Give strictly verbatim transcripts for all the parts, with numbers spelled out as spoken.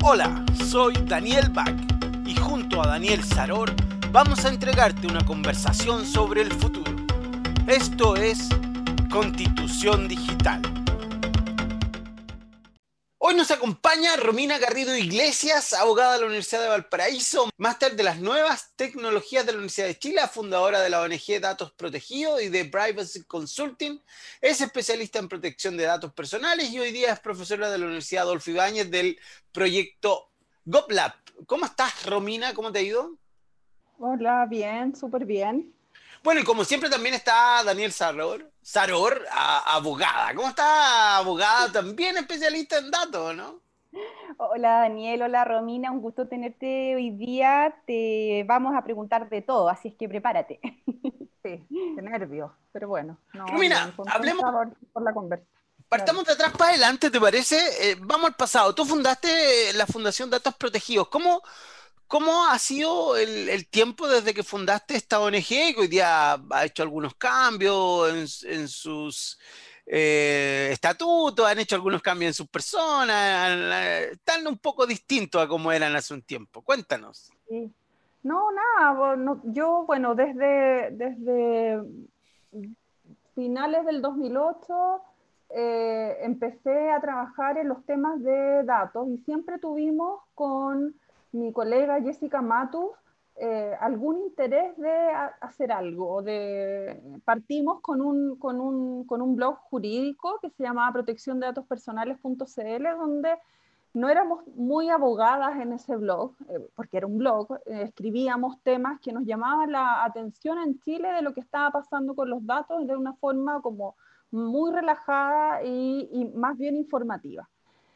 Hola, soy Daniel Bach y junto a Daniel Saror vamos a entregarte una conversación sobre el futuro. Esto es Constitución Digital. Hoy nos acompaña Romina Garrido Iglesias, abogada de la Universidad de Valparaíso, máster de las nuevas tecnologías de la Universidad de Chile, fundadora de la O N G Datos Protegidos y de Privacy Consulting, es especialista en protección de datos personales y hoy día es profesora de la Universidad Adolfo Ibáñez del proyecto GovLab. ¿Cómo estás, Romina? ¿Cómo te ha ido? Hola, bien, súper bien. Bueno, y como siempre también está Daniel Saror, Saror, a, abogada. ¿Cómo está, abogada? También especialista en datos, ¿no? Hola Daniel, hola Romina, un gusto tenerte hoy día. Te vamos a preguntar de todo, así es que prepárate. Sí, qué nervios, pero bueno, no, Romina, bien, hablemos, contenta por, por la conversa. Dale. partamos de atrás para adelante, ¿te parece? Eh, vamos al pasado. Tú fundaste la Fundación Datos Protegidos. ¿Cómo, cómo ha sido el, el tiempo desde que fundaste esta O N G, que hoy día ha hecho algunos cambios en, en sus eh, estatutos, han hecho algunos cambios en sus personas, eh, están un poco distintos a como eran hace un tiempo? Cuéntanos. Sí. No, nada, bueno, yo, bueno, desde, desde finales del dos mil ocho eh, empecé a trabajar en los temas de datos y siempre tuvimos con mi colega Jessica Matus eh, algún interés de a, hacer algo. De, partimos con un, con, un, con un blog jurídico que se llamaba protección de datos personales punto c l, donde no éramos muy abogadas en ese blog, eh, porque era un blog, eh, escribíamos temas que nos llamaban la atención en Chile de lo que estaba pasando con los datos de una forma como muy relajada y, y más bien informativa.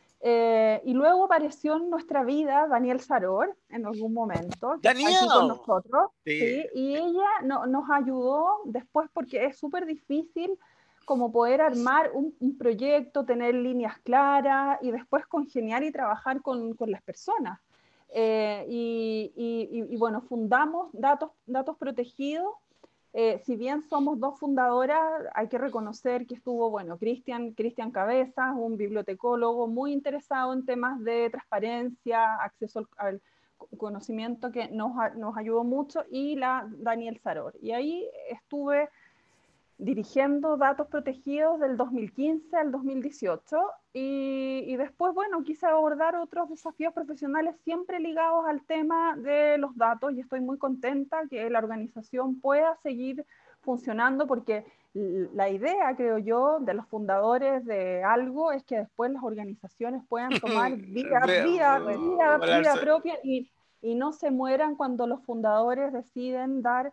Eh, y luego apareció en nuestra vida Daniel Saror en algún momento, que está aquí con Daniel. nosotros, Sí. ¿sí? Y ella no, nos ayudó después porque es súper difícil como poder armar un, un, proyecto, tener líneas claras y después congeniar y trabajar con, con las personas. Eh, y, y, y, bueno, fundamos Datos, Datos Protegidos. Eh, si bien somos dos fundadoras, hay que reconocer que estuvo, bueno, Cristian, Cristian Cabezas, un bibliotecólogo muy interesado en temas de transparencia, acceso al, al conocimiento, que nos, nos ayudó mucho, y la Daniel Saror. Y ahí estuve dirigiendo datos protegidos del dos mil quince al dos mil dieciocho y, y después, bueno, quise abordar otros desafíos profesionales siempre ligados al tema de los datos y estoy muy contenta que la organización pueda seguir funcionando porque la idea, creo yo, de los fundadores de algo es que después las organizaciones puedan tomar vida, vida, vida, vida propia y, y no se mueran cuando los fundadores deciden dar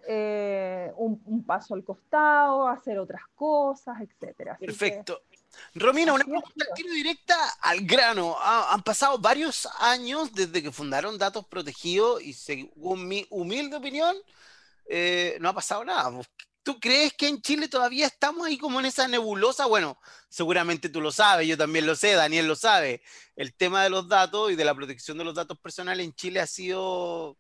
eh, un, un, paso al costado, hacer otras cosas, etcétera. Así Perfecto. que, Romina, una así es. pregunta al tiro directa al grano. Ha- han pasado varios años desde que fundaron Datos Protegidos y según mi humilde opinión, eh, no ha pasado nada. ¿Tú crees que en Chile todavía estamos ahí como en esa nebulosa? Bueno, seguramente tú lo sabes, yo también lo sé, Daniel lo sabe. El tema de los datos y de la protección de los datos personales en Chile ha sido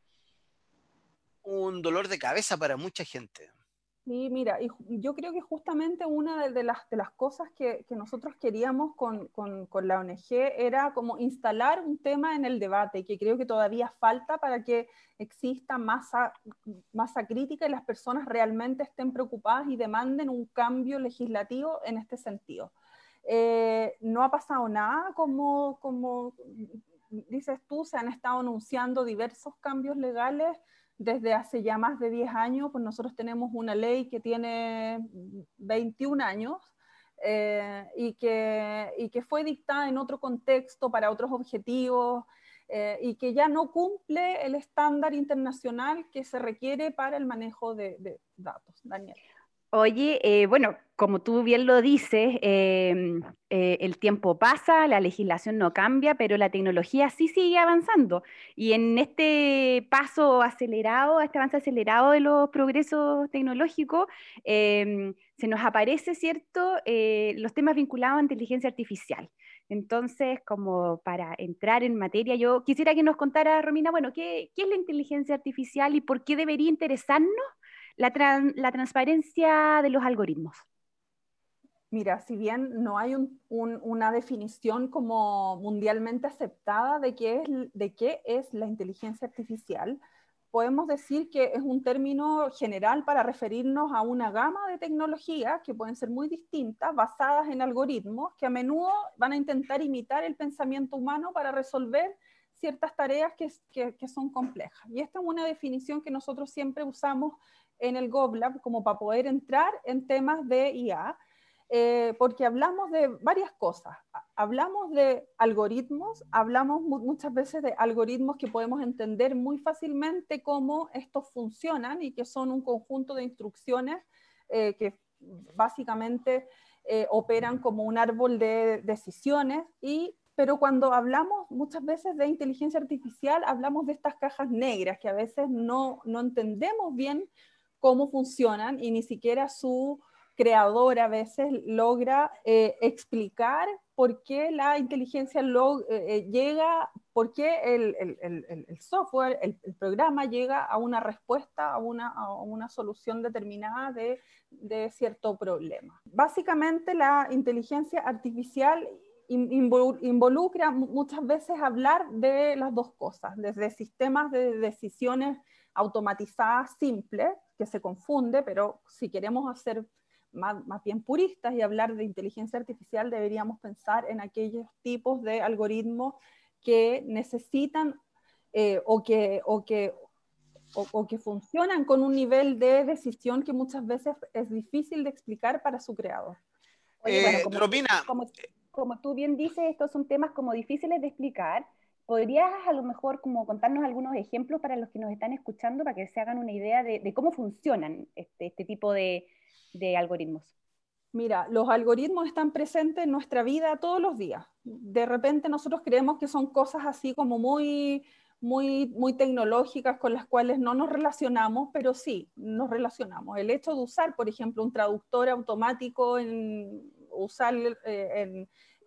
un dolor de cabeza para mucha gente. Sí, mira, y yo creo que justamente una de, de, las, de las cosas que, que nosotros queríamos con, con, con, la O N G era como instalar un tema en el debate, que creo que todavía falta para que exista masa, masa crítica y las personas realmente estén preocupadas y demanden un cambio legislativo en este sentido. Eh, no ha pasado nada, como, como dices tú, se han estado anunciando diversos cambios legales desde hace ya más de diez años, pues nosotros tenemos una ley que tiene veintiún años eh, y, que, y que fue dictada en otro contexto para otros objetivos eh, y que ya no cumple el estándar internacional que se requiere para el manejo de, de datos. Daniel. Oye, eh, bueno, como tú bien lo dices, eh, eh, el tiempo pasa, la legislación no cambia, pero la tecnología sí sigue avanzando. Y en este paso acelerado, este avance acelerado de los progresos tecnológicos, eh, se nos aparece, ¿cierto?, eh, los temas vinculados a inteligencia artificial. Entonces, como para entrar en materia, yo quisiera que nos contara, Romina, bueno, ¿qué, qué es la inteligencia artificial y por qué debería interesarnos la, tran la transparencia de los algoritmos? Mira, si bien no hay un, un, una definición como mundialmente aceptada de qué, es, de qué es la inteligencia artificial, podemos decir que es un término general para referirnos a una gama de tecnologías que pueden ser muy distintas, basadas en algoritmos que a menudo van a intentar imitar el pensamiento humano para resolver ciertas tareas que, que, que son complejas. Y esta es una definición que nosotros siempre usamos en el GovLab como para poder entrar en temas de I A, eh, porque hablamos de varias cosas. Hablamos de algoritmos, hablamos mu muchas veces de algoritmos que podemos entender muy fácilmente cómo estos funcionan y que son un conjunto de instrucciones eh, que básicamente eh, operan como un árbol de decisiones, y, pero cuando hablamos muchas veces de inteligencia artificial, hablamos de estas cajas negras que a veces no, no entendemos bien cómo funcionan y ni siquiera su creador a veces logra eh, explicar por qué la inteligencia log, eh, llega, por qué el, el, el, el software, el, el, programa llega a una respuesta, a una, a una solución determinada de, de cierto problema. Básicamente la inteligencia artificial involucra muchas veces hablar de las dos cosas, desde sistemas de decisiones automatizadas simples, que se confunde, pero si queremos hacer Más, más bien puristas y hablar de inteligencia artificial, deberíamos pensar en aquellos tipos de algoritmos que necesitan eh, o, que, o, que, o, o que funcionan con un nivel de decisión que muchas veces es difícil de explicar para su creador. Oye, Eh, bueno, como, Romina, como, como tú bien dices, estos son temas como difíciles de explicar. ¿Podrías a lo mejor como contarnos algunos ejemplos para los que nos están escuchando, para que se hagan una idea de, de cómo funcionan este, este tipo de, de algoritmos? Mira, los algoritmos están presentes en nuestra vida todos los días. De repente nosotros creemos que son cosas así como muy, muy, muy tecnológicas con las cuales no nos relacionamos, pero sí, nos relacionamos. El hecho de usar, por ejemplo, un traductor automático, en usar eh, en,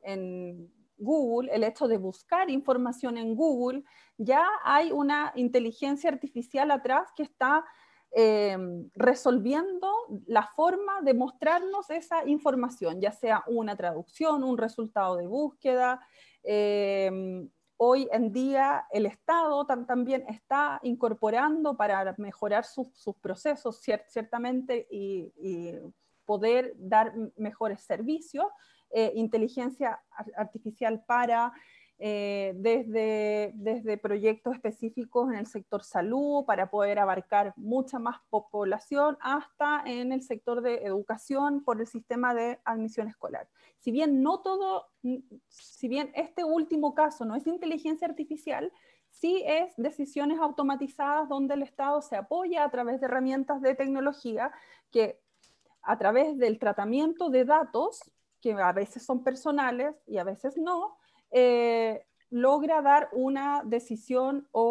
en Google, el hecho de buscar información en Google, ya hay una inteligencia artificial atrás que está Eh, resolviendo la forma de mostrarnos esa información, ya sea una traducción, un resultado de búsqueda. Eh, hoy en día el Estado tam también está incorporando para mejorar sus, sus procesos, ciert ciertamente, y, y poder dar mejores servicios, eh, inteligencia artificial para Eh, desde, desde proyectos específicos en el sector salud para poder abarcar mucha más población, hasta en el sector de educación por el sistema de admisión escolar. Si bien no todo, si bien este último caso no es inteligencia artificial, sí es decisiones automatizadas donde el Estado se apoya a través de herramientas de tecnología que, a través del tratamiento de datos, que a veces son personales y a veces no, Eh, logra dar una decisión o,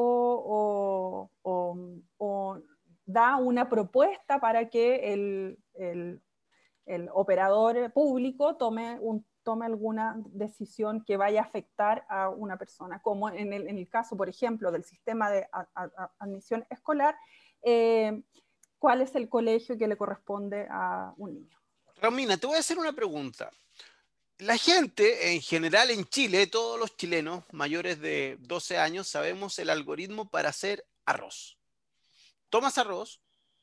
o, o, o, da una propuesta para que el, el, el operador público tome, un, tome alguna decisión que vaya a afectar a una persona, como en el, en el caso, por ejemplo, del sistema de a, a, admisión escolar, eh, cuál es el colegio que le corresponde a un niño. Romina, te voy a hacer una pregunta. La gente, en general en Chile, todos los chilenos mayores de doce años, sabemos el algoritmo para hacer arroz. Tomas arroz,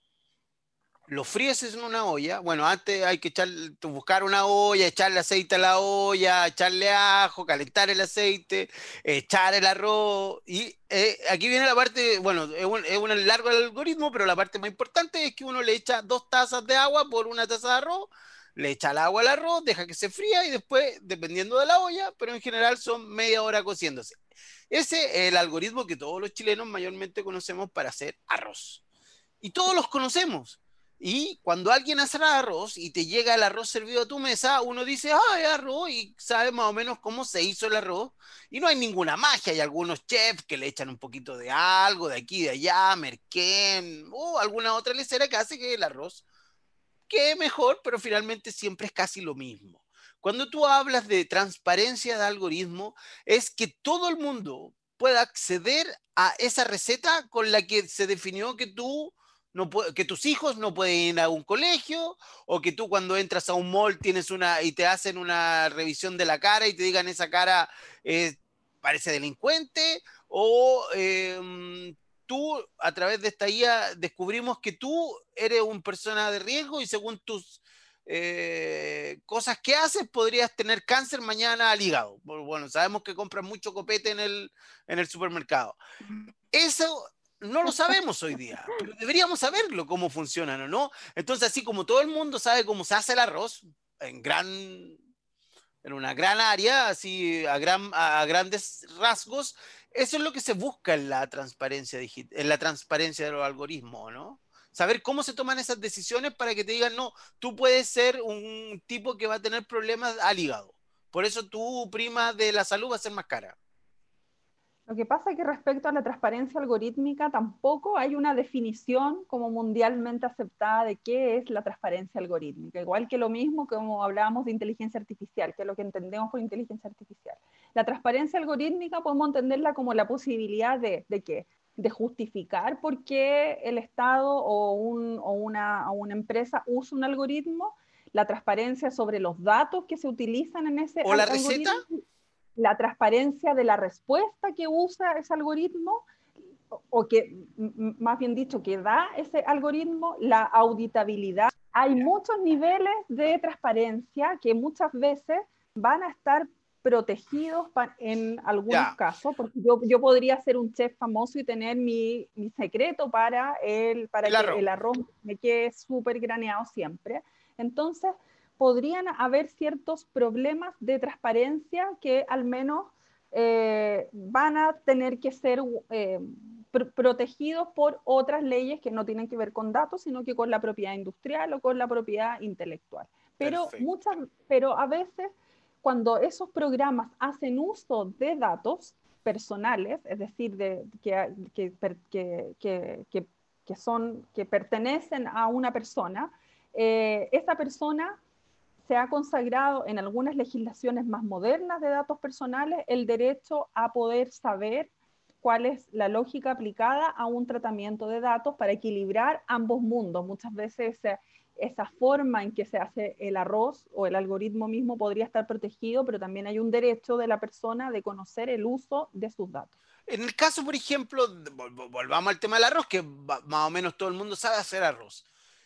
lo fríes en una olla. Bueno, antes hay que echar, buscar una olla, echarle aceite a la olla, echarle ajo, calentar el aceite, echar el arroz. Y eh, aquí viene la parte, bueno, es un, es un largo el algoritmo, pero la parte más importante es que uno le echa dos tazas de agua por una taza de arroz, le echa el agua al arroz, deja que se fría y después, dependiendo de la olla, pero en general son media hora cociéndose. Ese es el algoritmo que todos los chilenos mayormente conocemos para hacer arroz. Y todos los conocemos. Y cuando alguien hace el arroz y te llega el arroz servido a tu mesa, uno dice, ah, es arroz, y sabe más o menos cómo se hizo el arroz. Y no hay ninguna magia. Hay algunos chefs que le echan un poquito de algo, de aquí, de allá, merquén, o alguna otra lecera que hace que el arroz quede mejor, pero finalmente siempre es casi lo mismo. Cuando tú hablas de transparencia de algoritmo, es que todo el mundo pueda acceder a esa receta con la que se definió que tú no puede, que tus hijos no pueden ir a un colegio, o que tú cuando entras a un mall tienes una y te hacen una revisión de la cara y te digan esa cara eh, parece delincuente, o eh, tú a través de esta guía descubrimos que tú eres una persona de riesgo y según tus eh, cosas que haces podrías tener cáncer mañana al hígado. Bueno, sabemos que compras mucho copete en el, en el supermercado. Eso no lo sabemos hoy día, pero deberíamos saberlo cómo funcionan o no. Entonces, así como todo el mundo sabe cómo se hace el arroz en gran, en una gran área, así a, gran, a grandes rasgos, eso es lo que se busca en la transparencia digital, en la transparencia de los algoritmos, ¿no? Saber cómo se toman esas decisiones para que te digan, no, tú puedes ser un tipo que va a tener problemas al hígado. Por eso tu prima de la salud va a ser más cara. Lo que pasa es que respecto a la transparencia algorítmica tampoco hay una definición como mundialmente aceptada de qué es la transparencia algorítmica, igual que lo mismo como hablábamos de inteligencia artificial, que es lo que entendemos por inteligencia artificial. La transparencia algorítmica podemos entenderla como la posibilidad de, ¿de qué? De justificar por qué el Estado o, un, o, una, o una empresa usa un algoritmo, la transparencia sobre los datos que se utilizan en ese ¿O la al receta? algoritmo, la transparencia de la respuesta que usa ese algoritmo, o, o que, más bien dicho, que da ese algoritmo, la auditabilidad. Hay muchos niveles de transparencia que muchas veces van a estar protegidos en algunos Ya, casos, porque yo, yo podría ser un chef famoso y tener mi, mi secreto para, el, para el que arroz. el arroz me quede súper graneado siempre. Entonces, podrían haber ciertos problemas de transparencia que al menos eh, van a tener que ser eh, pr protegidos por otras leyes que no tienen que ver con datos, sino que con la propiedad industrial o con la propiedad intelectual. Pero, muchas, Perfecto. pero a veces, cuando esos programas hacen uso de datos personales, es decir, de, que, que, que, que, que, son, que pertenecen a una persona, eh, esa persona se ha consagrado en algunas legislaciones más modernas de datos personales el derecho a poder saber cuál es la lógica aplicada a un tratamiento de datos para equilibrar ambos mundos. Muchas veces esa, esa forma en que se hace el arroz o el algoritmo mismo podría estar protegido, pero también hay un derecho de la persona de conocer el uso de sus datos. En el caso, por ejemplo, volvamos al tema del arroz, que más o menos todo el mundo sabe hacer arroz.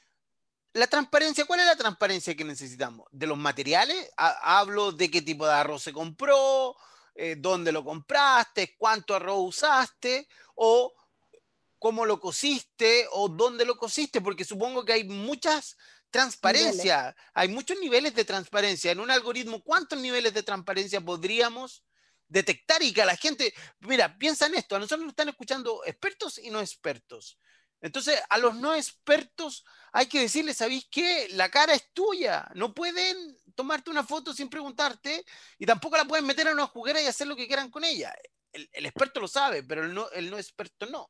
La transparencia, ¿cuál es la transparencia que necesitamos? ¿De los materiales? Hablo de qué tipo de arroz se compró, eh, dónde lo compraste, cuánto arroz usaste, o cómo lo cociste, o dónde lo cociste, porque supongo que hay muchas Niveles. transparencias, hay muchos niveles de transparencia. En un algoritmo, ¿cuántos niveles de transparencia podríamos detectar y que a la gente, mira, piensa en esto, a nosotros nos están escuchando expertos y no expertos. Entonces, a los no expertos hay que decirles, ¿sabéis qué? La cara es tuya, no pueden tomarte una foto sin preguntarte y tampoco la pueden meter en una juguera y hacer lo que quieran con ella. El, el experto lo sabe, pero el no, el no experto no.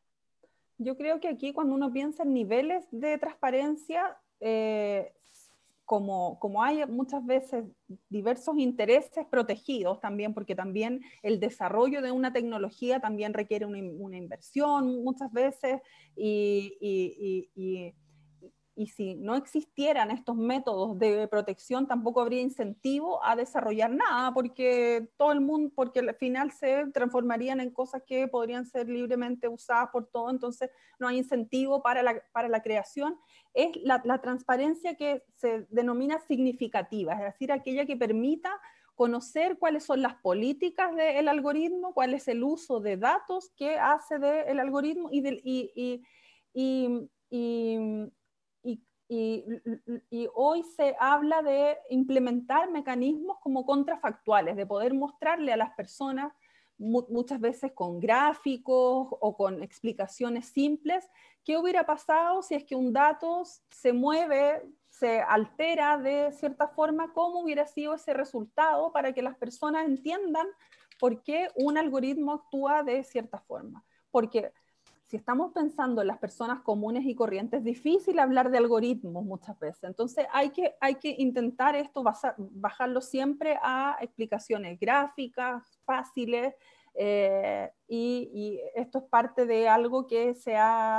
Yo creo que aquí cuando uno piensa en niveles de transparencia, eh, como, como hay muchas veces diversos intereses protegidos también, porque también el desarrollo de una tecnología también requiere una, una inversión muchas veces y, y, y, y y si no existieran estos métodos de protección, tampoco habría incentivo a desarrollar nada, porque todo el mundo, porque al final se transformarían en cosas que podrían ser libremente usadas por todo, entonces no hay incentivo para la, para la creación. Es la, la transparencia que se denomina significativa, es decir, aquella que permita conocer cuáles son las políticas del algoritmo, cuál es el uso de datos que hace del algoritmo y, de, y, y, y, y y, y, y, hoy se habla de implementar mecanismos como contrafactuales, de poder mostrarle a las personas mu muchas veces con gráficos o con explicaciones simples qué hubiera pasado si es que un dato se mueve, se altera de cierta forma, cómo hubiera sido ese resultado para que las personas entiendan por qué un algoritmo actúa de cierta forma. Porque si estamos pensando en las personas comunes y corrientes, es difícil hablar de algoritmos muchas veces. Entonces hay que, hay que intentar esto, bajarlo siempre a explicaciones gráficas, fáciles, eh, y, y esto es parte de algo que se ha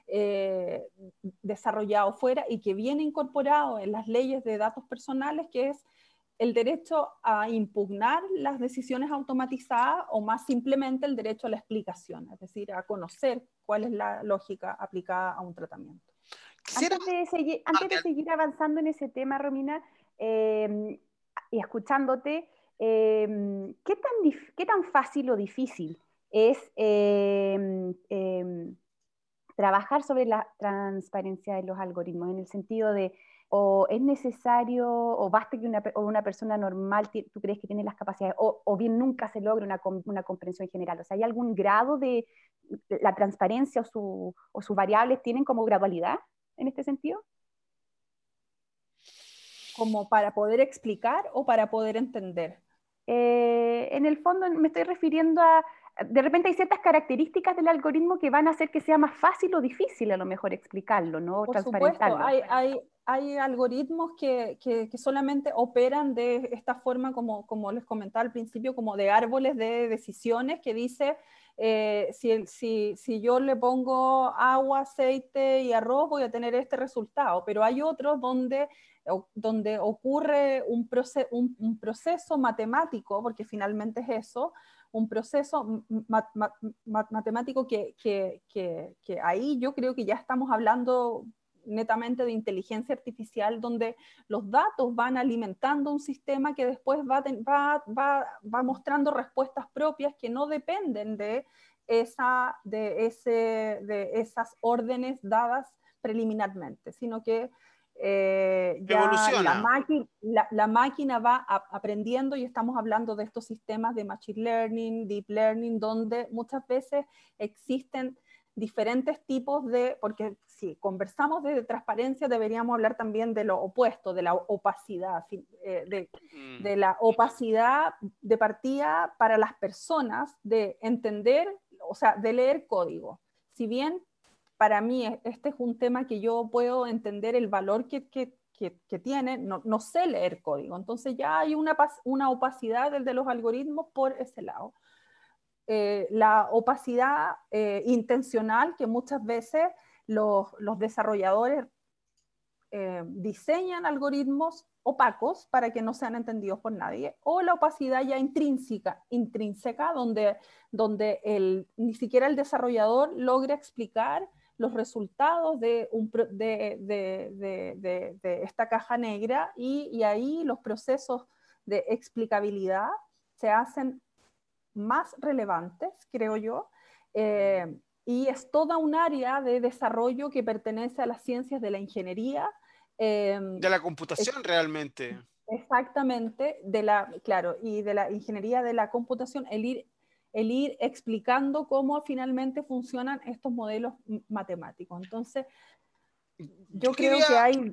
eh, desarrollado fuera y que viene incorporado en las leyes de datos personales, que es el derecho a impugnar las decisiones automatizadas o más simplemente el derecho a la explicación, es decir, a conocer cuál es la lógica aplicada a un tratamiento. Antes de seguir, antes de seguir avanzando en ese tema, Romina, eh, y escuchándote, eh, ¿qué, tan dif- ¿qué tan fácil o difícil es eh, eh, trabajar sobre la transparencia de los algoritmos? En el sentido de, o es necesario, o basta que una, o una persona normal, tú crees que tiene las capacidades, o, o bien nunca se logra una, una comprensión general. O sea, ¿hay algún grado de la transparencia o, su, o sus variables tienen como gradualidad en este sentido? ¿Como para poder explicar o para poder entender? Eh, en el fondo me estoy refiriendo a, de repente hay ciertas características del algoritmo que van a hacer que sea más fácil o difícil a lo mejor explicarlo, ¿no? O Por supuesto, transparentarlo. hay, hay, hay algoritmos que, que, que solamente operan de esta forma, como, como les comentaba al principio, como de árboles de decisiones, que dice, eh, si, si, si yo le pongo agua, aceite y arroz, voy a tener este resultado. Pero hay otros donde, donde ocurre un, proce un, un proceso matemático, porque finalmente es eso, un proceso mat mat mat matemático que, que, que, que ahí yo creo que ya estamos hablando netamente de inteligencia artificial, donde los datos van alimentando un sistema que después va, va, va, va mostrando respuestas propias que no dependen de, esa, de, ese, de esas órdenes dadas preliminarmente, sino que eh, ya la, la, la máquina va a, aprendiendo, y estamos hablando de estos sistemas de machine learning, deep learning, donde muchas veces existen diferentes tipos de, porque si conversamos de transparencia deberíamos hablar también de lo opuesto, de la opacidad, de, de la opacidad de partida para las personas de entender, o sea, de leer código. Si bien para mí este es un tema que yo puedo entender el valor que, que, que, que tiene, no, no sé leer código, entonces ya hay una, una opacidad del de los algoritmos por ese lado. Eh, la opacidad eh, intencional que muchas veces los, los desarrolladores eh, diseñan algoritmos opacos para que no sean entendidos por nadie, o la opacidad ya intrínseca, intrínseca donde, donde el, ni siquiera el desarrollador logra explicar los resultados de, un, de, de, de, de, de esta caja negra, y, y ahí los procesos de explicabilidad se hacen más relevantes, creo yo, eh, y es toda un área de desarrollo que pertenece a las ciencias de la ingeniería. Eh, de la computación, es, realmente. Exactamente, de la, claro, y de la ingeniería de la computación, el ir, el ir explicando cómo finalmente funcionan estos modelos matemáticos. Entonces, yo, yo creo quería... que hay...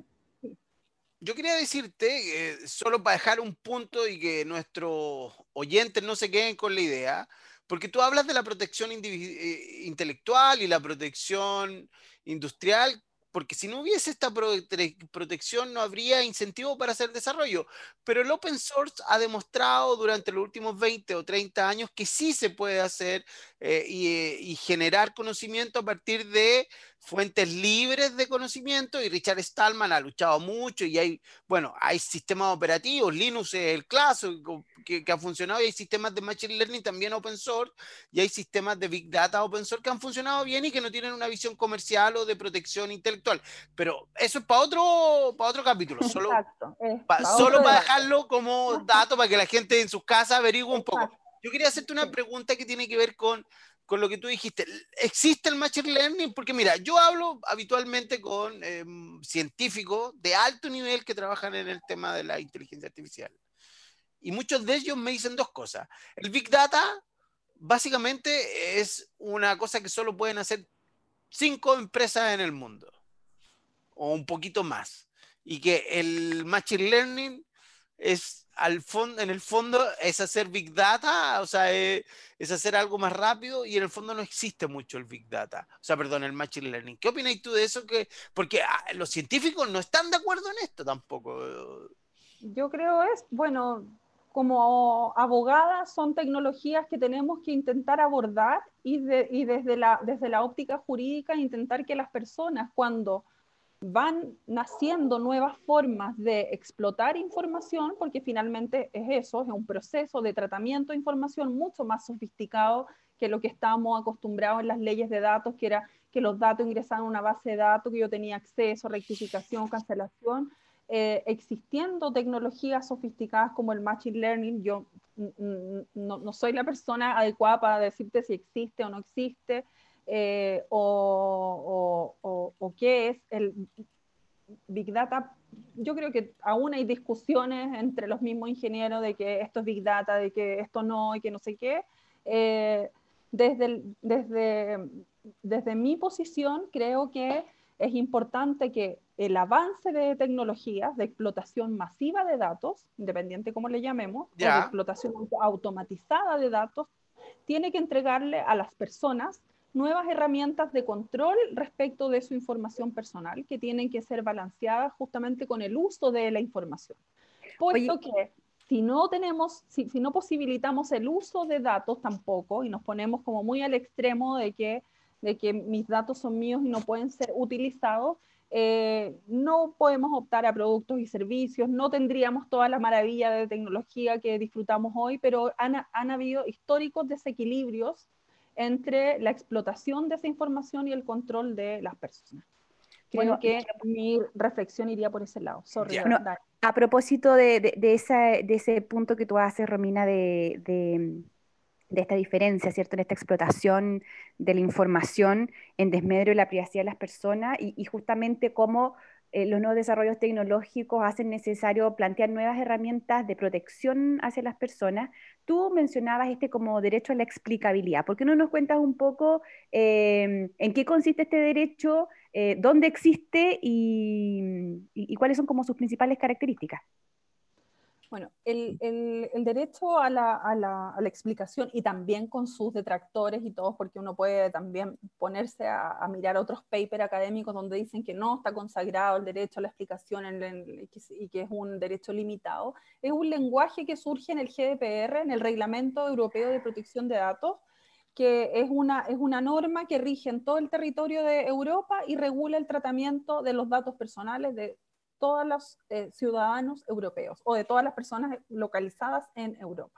Yo quería decirte, eh, solo para dejar un punto y que nuestros oyentes no se queden con la idea, porque tú hablas de la protección eh, intelectual y la protección industrial, porque si no hubiese esta prote protección no habría incentivo para hacer desarrollo. Pero el open source ha demostrado durante los últimos veinte o treinta años que sí se puede hacer eh, y, eh, y generar conocimiento a partir de fuentes libres de conocimiento, y Richard Stallman ha luchado mucho, y hay, bueno, hay sistemas operativos, Linux es el clásico que, que ha funcionado, y hay sistemas de Machine Learning también open source, y hay sistemas de Big Data open source que han funcionado bien y que no tienen una visión comercial o de protección intelectual. Pero eso es para otro, para otro capítulo, solo, Exacto, pa, para solo para debate. dejarlo como dato para que la gente en sus casas averigüe un poco. Exacto. Yo quería hacerte una Sí. pregunta que tiene que ver con con lo que tú dijiste. ¿Existe el Machine Learning? Porque mira, yo hablo habitualmente con eh, científicos de alto nivel que trabajan en el tema de la inteligencia artificial. Y muchos de ellos me dicen dos cosas. El Big Data básicamente es una cosa que solo pueden hacer cinco empresas en el mundo, o un poquito más. Y que el Machine Learning es al fondo, en el fondo es hacer Big Data, o sea, es, es, hacer algo más rápido, y en el fondo no existe mucho el Big Data, o sea, perdón, el Machine Learning. ¿Qué opinas tú de eso? Que, porque ah, los científicos no están de acuerdo en esto tampoco. Yo creo es, bueno, como abogada son tecnologías que tenemos que intentar abordar y, de, y desde, la, desde la óptica jurídica intentar que las personas cuando van naciendo nuevas formas de explotar información, porque finalmente es eso, es un proceso de tratamiento de información mucho más sofisticado que lo que estábamos acostumbrados en las leyes de datos, que era que los datos ingresaban a una base de datos, que yo tenía acceso, rectificación, cancelación. Eh, existiendo tecnologías sofisticadas como el Machine Learning, yo no, no soy la persona adecuada para decirte si existe o no existe, eh, o, o, o, o qué es el Big Data. Yo creo que aún hay discusiones entre los mismos ingenieros de que esto es Big Data, de que esto no, y que no sé qué. Eh, desde, el, desde, desde mi posición, creo que es importante que el avance de tecnologías de explotación masiva de datos, independiente cómo le llamemos, Ya. o de explotación automatizada de datos, tiene que entregarle a las personas nuevas herramientas de control respecto de su información personal, que tienen que ser balanceadas justamente con el uso de la información. Puesto Oye, que si no tenemos, si, si no posibilitamos el uso de datos tampoco, y nos ponemos como muy al extremo de que, de que mis datos son míos y no pueden ser utilizados, eh, no podemos optar a productos y servicios, no tendríamos toda la maravilla de tecnología que disfrutamos hoy, pero han, han habido históricos desequilibrios entre la explotación de esa información y el control de las personas. Creo bueno, que mi reflexión iría por ese lado. Sorry, bueno, a propósito de, de, de, esa, de ese punto que tú haces, Romina, de, de, de esta diferencia, ¿cierto? En esta explotación de la información en desmedro de la privacidad de las personas y, y justamente cómo eh, los nuevos desarrollos tecnológicos hacen necesario plantear nuevas herramientas de protección hacia las personas. Tú mencionabas este como derecho a la explicabilidad. ¿Por qué no nos cuentas un poco eh, en qué consiste este derecho, eh, dónde existe y, y, y cuáles son como sus principales características? Bueno, el, el, el derecho a la, a, la, a la explicación, y también con sus detractores y todos, porque uno puede también ponerse a, a mirar otros papers académicos donde dicen que no está consagrado el derecho a la explicación en, en, y que es un derecho limitado, es un lenguaje que surge en el G D P R, en el Reglamento Europeo de Protección de Datos, que es una, es una norma que rige en todo el territorio de Europa y regula el tratamiento de los datos personales de todos los eh, ciudadanos europeos o de todas las personas localizadas en Europa.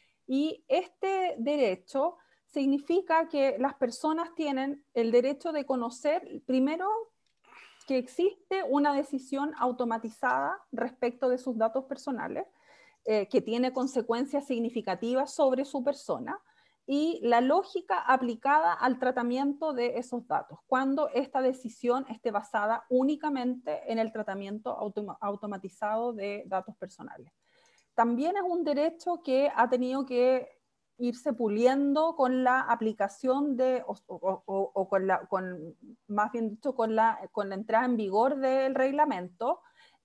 Y este derecho significa que las personas tienen el derecho de conocer, primero, que existe una decisión automatizada respecto de sus datos personales, eh, que tiene consecuencias significativas sobre su persona, y la lógica aplicada al tratamiento de esos datos, cuando esta decisión esté basada únicamente en el tratamiento autom automatizado de datos personales. También es un derecho que ha tenido que irse puliendo con la aplicación de, o, o, o, o con la, con, más bien dicho, con la, con la entrada en vigor del reglamento,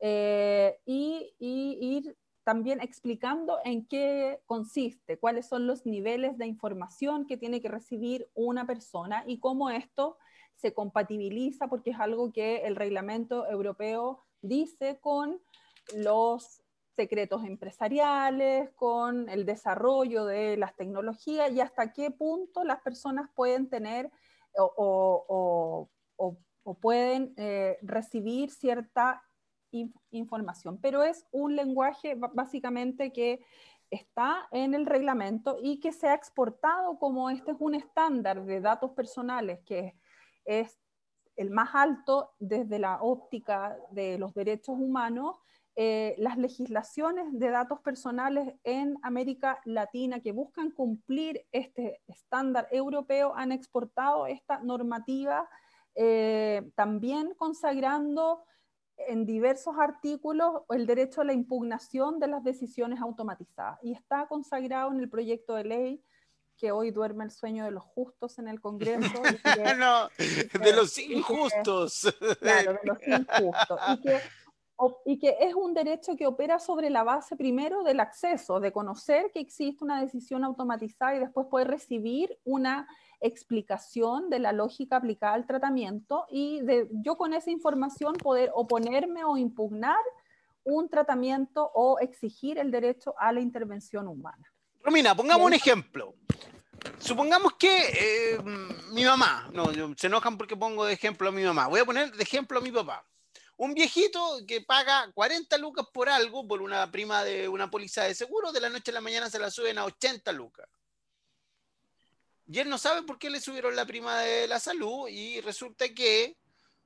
eh, y, y ir también explicando en qué consiste, cuáles son los niveles de información que tiene que recibir una persona y cómo esto se compatibiliza, porque es algo que el reglamento europeo dice con los secretos empresariales, con el desarrollo de las tecnologías y hasta qué punto las personas pueden tener o, o, o, o pueden eh, recibir cierta información, pero es un lenguaje básicamente que está en el reglamento y que se ha exportado como este es un estándar de datos personales que es el más alto desde la óptica de los derechos humanos. Eh, las legislaciones de datos personales en América Latina que buscan cumplir este estándar europeo han exportado esta normativa, eh, también consagrando en diversos artículos el derecho a la impugnación de las decisiones automatizadas. Y está consagrado en el proyecto de ley que hoy duerme el sueño de los justos en el Congreso. Y que, no, y que, de los injustos. injustos. Claro, de los injustos. Y que, y que es un derecho que opera sobre la base primero del acceso, de conocer que existe una decisión automatizada y después poder recibir una explicación de la lógica aplicada al tratamiento y de yo con esa información poder oponerme o impugnar un tratamiento o exigir el derecho a la intervención humana. Romina, pongamos un ejemplo. Supongamos que eh, mi mamá, no, se enojan porque pongo de ejemplo a mi mamá, voy a poner de ejemplo a mi papá. Un viejito que paga cuarenta lucas por algo, por una prima de una póliza de seguro, de la noche a la mañana se la suben a ochenta lucas. Y él no sabe por qué le subieron la prima de la salud y resulta que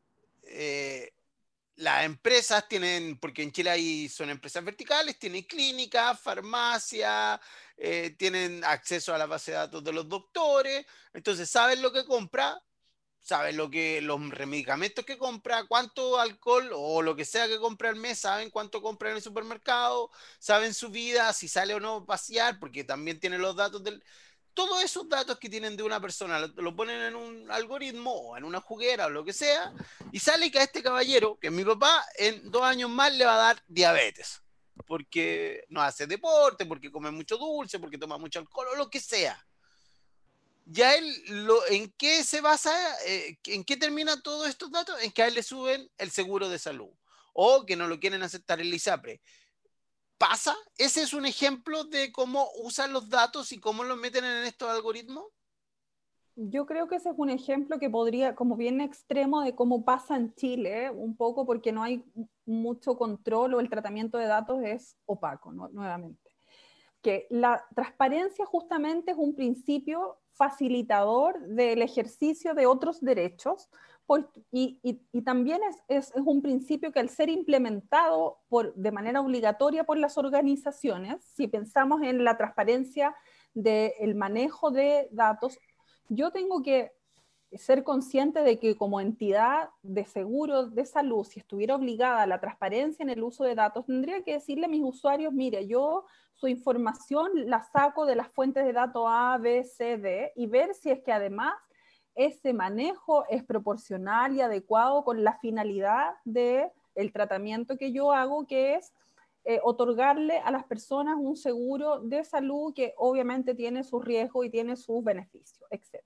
eh, las empresas tienen, porque en Chile hay, son empresas verticales, tienen clínicas, farmacias, eh, tienen acceso a la base de datos de los doctores, entonces saben lo que compra, saben lo que, los medicamentos que compra, cuánto alcohol o lo que sea que compra al mes, saben cuánto compra en el supermercado, saben su vida, si sale o no a pasear, porque también tienen los datos del... Todos esos datos que tienen de una persona lo, lo ponen en un algoritmo o en una juguera o lo que sea, y sale que a este caballero, que es mi papá, en dos años más le va a dar diabetes, porque no hace deporte, porque come mucho dulce, porque toma mucho alcohol o lo que sea. Ya él, lo, ¿en qué se basa? Eh, ¿En qué terminan todos estos datos? En que a él le suben el seguro de salud o que no lo quieren aceptar el ISAPRE. ¿Pasa? ¿Ese es un ejemplo de cómo usan los datos y cómo los meten en estos algoritmos? Yo creo que ese es un ejemplo que podría, como bien extremo, de cómo pasa en Chile, ¿eh? Un poco porque no hay mucho control o el tratamiento de datos es opaco, ¿no? Nuevamente. Que la transparencia justamente es un principio facilitador del ejercicio de otros derechos por, y, y, y, también es, es, es un principio que al ser implementado por, de manera obligatoria por las organizaciones, si pensamos en la transparencia del manejo de datos, yo tengo que ser consciente de que como entidad de seguro de salud, si estuviera obligada a la transparencia en el uso de datos, tendría que decirle a mis usuarios, mire, yo su información la saco de las fuentes de datos A, B, C, D, y ver si es que además ese manejo es proporcional y adecuado con la finalidad del tratamiento que yo hago, que es eh, otorgarle a las personas un seguro de salud que obviamente tiene sus riesgos y tiene sus beneficios, etcétera.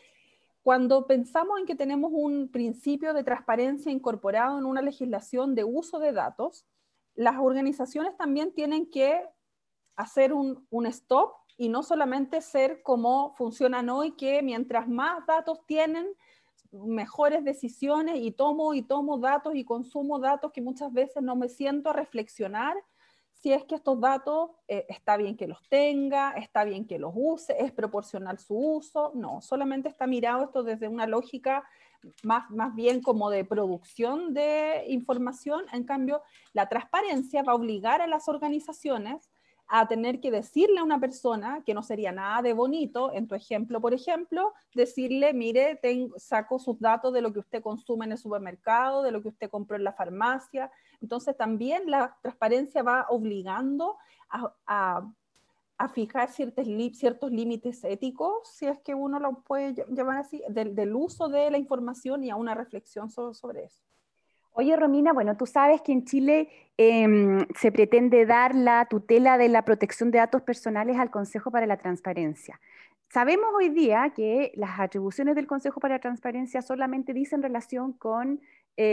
Cuando pensamos en que tenemos un principio de transparencia incorporado en una legislación de uso de datos, las organizaciones también tienen que hacer un, un stop y no solamente ser como funcionan hoy, que mientras más datos tienen, mejores decisiones y tomo y tomo datos y consumo datos que muchas veces no me siento a reflexionar si es que estos datos eh, está bien que los tenga, está bien que los use, es proporcional su uso. No, solamente está mirado esto desde una lógica más, más bien como de producción de información. En cambio, la transparencia va a obligar a las organizaciones a tener que decirle a una persona, que no sería nada de bonito, en tu ejemplo, por ejemplo, decirle, mire, tengo, saco sus datos de lo que usted consume en el supermercado, de lo que usted compró en la farmacia. Entonces también la transparencia va obligando a, a, a fijar ciertos, ciertos límites éticos, si es que uno lo puede llamar así, del, del uso de la información y a una reflexión sobre, sobre eso. Oye, Romina, bueno, tú sabes que en Chile eh, se pretende dar la tutela de la protección de datos personales al Consejo para la Transparencia. Sabemos hoy día que las atribuciones del Consejo para la Transparencia solamente dicen relación con